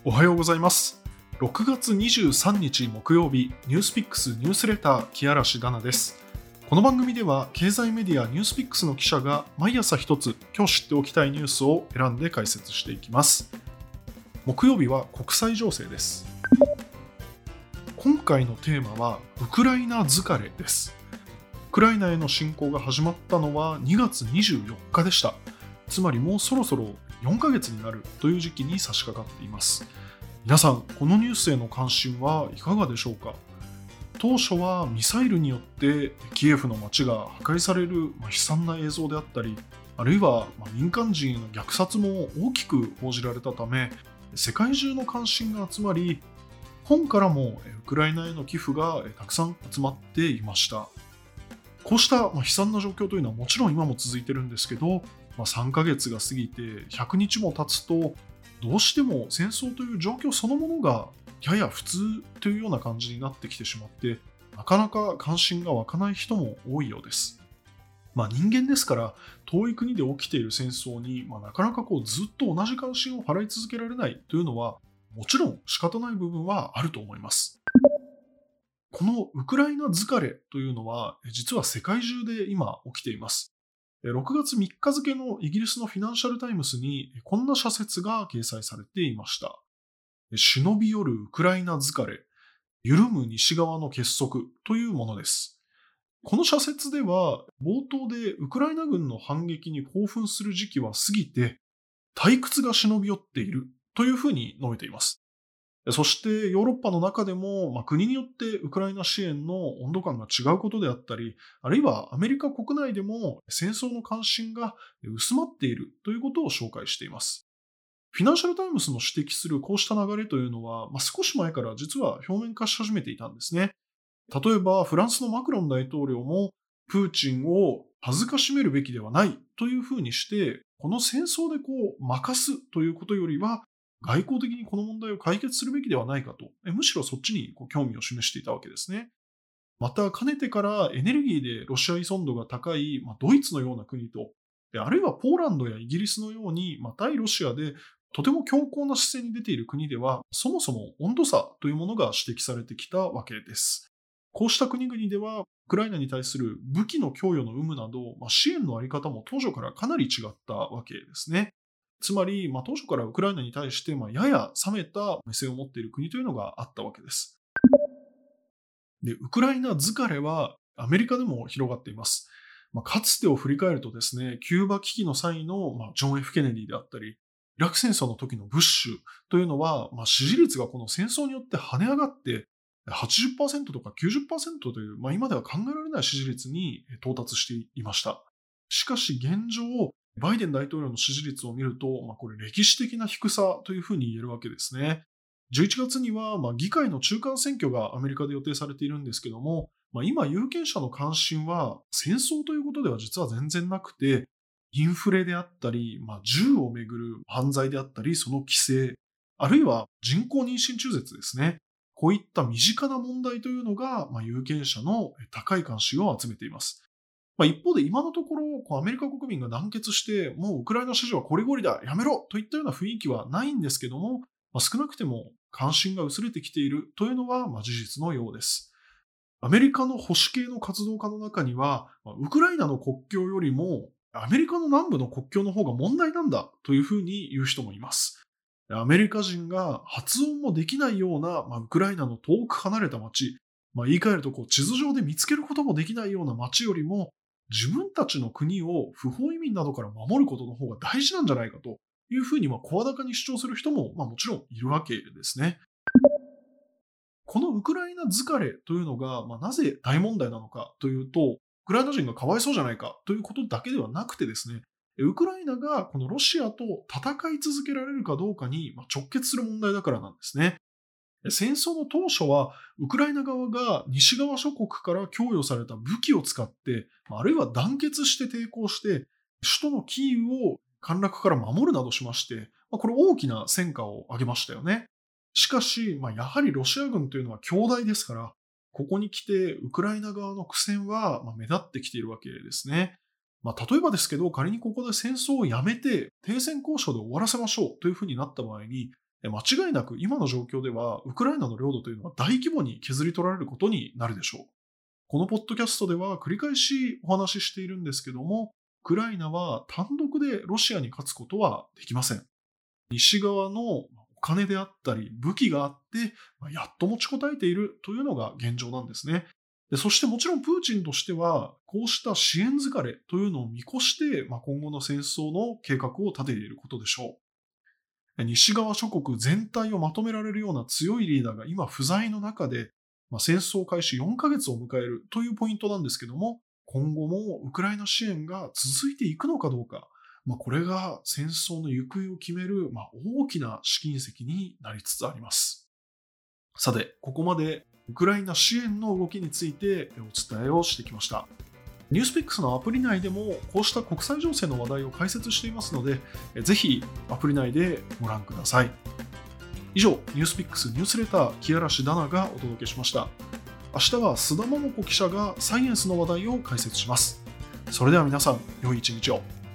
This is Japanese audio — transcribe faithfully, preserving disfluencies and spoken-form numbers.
おはようございます。ろくがつにじゅうさんにち木曜日、ニュースピックスニュースレター木嵐だなです。この番組では経済メディアニュースピックスの記者が毎朝一つ今日知っておきたいニュースを選んで解説していきます。木曜日は国際情勢です。今回のテーマはウクライナ疲れです。ウクライナへの侵攻が始まったのはにがつにじゅうよっかでした。つまりもうそろそろよんかげつになるという時期に差し掛かっています。皆さん、このニュースへの関心はいかがでしょうか。当初はミサイルによってキエフの街が破壊される悲惨な映像であったり、あるいは民間人への虐殺も大きく報じられたため、世界中の関心が集まり、本からもウクライナへの寄付がたくさん集まっていました。こうした悲惨な状況というのはもちろん今も続いてるんですけど、さんかげつが過ぎてひゃくにちも経つと、どうしても戦争という状況そのものがやや普通というような感じになってきてしまって、なかなか関心が湧かない人も多いようです。まあ人間ですから、遠い国で起きている戦争に、まあ、なかなかこうずっと同じ関心を払い続けられないというのは、もちろん仕方ない部分はあると思います。このウクライナ疲れというのは、実は世界中で今起きています。ろくがつみっか付のイギリスのフィナンシャルタイムスにこんな社説が掲載されていました。忍び寄るウクライナ疲れ、緩む西側の結束というものです。この社説では冒頭でウクライナ軍の反撃に興奮する時期は過ぎて退屈が忍び寄っているというふうに述べています。そしてヨーロッパの中でも、まあ、国によってウクライナ支援の温度感が違うことであったり、あるいはアメリカ国内でも戦争の関心が薄まっているということを紹介しています。フィナンシャルタイムズの指摘するこうした流れというのは、まあ、少し前から実は表面化し始めていたんですね。例えばフランスのマクロン大統領もプーチンを恥ずかしめるべきではないというふうにして、この戦争でこう任すということよりは、外交的にこの問題を解決するべきではないかと、むしろそっちにこう興味を示していたわけですね。また、かねてからエネルギーでロシア依存度が高い、まあ、ドイツのような国と、あるいはポーランドやイギリスのように、まあ、対ロシアでとても強硬な姿勢に出ている国では、そもそも温度差というものが指摘されてきたわけです。こうした国々では、ウクライナに対する武器の供与の有無など、まあ、支援のあり方も当初からかなり違ったわけですね。つまり、まあ、当初からウクライナに対して、まあ、やや冷めた目線を持っている国というのがあったわけです。で、ウクライナ疲れはアメリカでも広がっています。まあ、かつてを振り返るとですね、キューバ危機の際の、まあ、ジョン・ F ・ケネディであったり、イラク戦争の時のブッシュというのは、まあ、支持率がこの戦争によって跳ね上がって、はちじゅっパーセントとかきゅうじゅっパーセントという、まあ、今では考えられない支持率に到達していました。しかし現状、バイデン大統領の支持率を見ると、まあ、これ歴史的な低さというふうに言えるわけですね。じゅういちがつには、まあ、議会の中間選挙がアメリカで予定されているんですけども、まあ、今有権者の関心は戦争ということでは実は全然なくて、インフレであったり、まあ、銃をめぐる犯罪であったり、その規制、あるいは人工妊娠中絶ですね。こういった身近な問題というのが、まあ、有権者の高い関心を集めています。まあ、一方で今のところ、こうアメリカ国民が団結して、もうウクライナ支持はこりごりだ、やめろといったような雰囲気はないんですけども、まあ、少なくても関心が薄れてきているというのはまあ事実のようです。アメリカの保守系の活動家の中には、ウクライナの国境よりもアメリカの南部の国境の方が問題なんだというふうに言う人もいます。アメリカ人が発音もできないような、まあ、ウクライナの遠く離れた町、まあ、言い換えるとこう地図上で見つけることもできないような町よりも、自分たちの国を不法移民などから守ることの方が大事なんじゃないかというふうに、まあ、声高に主張する人も、まあ、もちろんいるわけですね。このウクライナ疲れというのが、まあ、なぜ大問題なのかというと、ウクライナ人がかわいそうじゃないかということだけではなくてですね、ウクライナがこのロシアと戦い続けられるかどうかに直結する問題だからなんですね。戦争の当初は、ウクライナ側が西側諸国から供与された武器を使って、あるいは団結して抵抗して、首都のキーウを陥落から守るなどしまして、これ大きな戦果を上げましたよね。しかし、やはりロシア軍というのは強大ですから、ここに来てウクライナ側の苦戦は目立ってきているわけですね。まあ、例えばですけど、仮にここで戦争をやめて停戦交渉で終わらせましょうというふうになった場合に、 間違いなく今の状況ではウクライナの領土というのは大規模に削り取られることになるでしょう。このポッドキャストでは繰り返しお話ししているんですけども、ウクライナは単独でロシアに勝つことはできません。西側のお金であったり武器があって、やっと持ちこたえているというのが現状なんですね。でそしてもちろんプーチンとしては、こうした支援疲れというのを見越して、まあ、今後の戦争の計画を立てていることでしょう。西側諸国全体をまとめられるような強いリーダーが今不在の中で、まあ、戦争開始よんかげつを迎えるというポイントなんですけども、今後もウクライナ支援が続いていくのかどうか、まあ、これが戦争の行方を決める、まあ、大きな試金石になりつつあります。さて、ここまでウクライナ支援の動きについてお伝えをしてきました。ニュースピックスのアプリ内でもこうした国際情勢の話題を解説していますので、ぜひアプリ内でご覧ください。以上、ニュースピックスニュースレター木嵐ダナがお届けしました。明日は須田桃子記者がサイエンスの話題を解説します。それでは皆さん、良い一日を。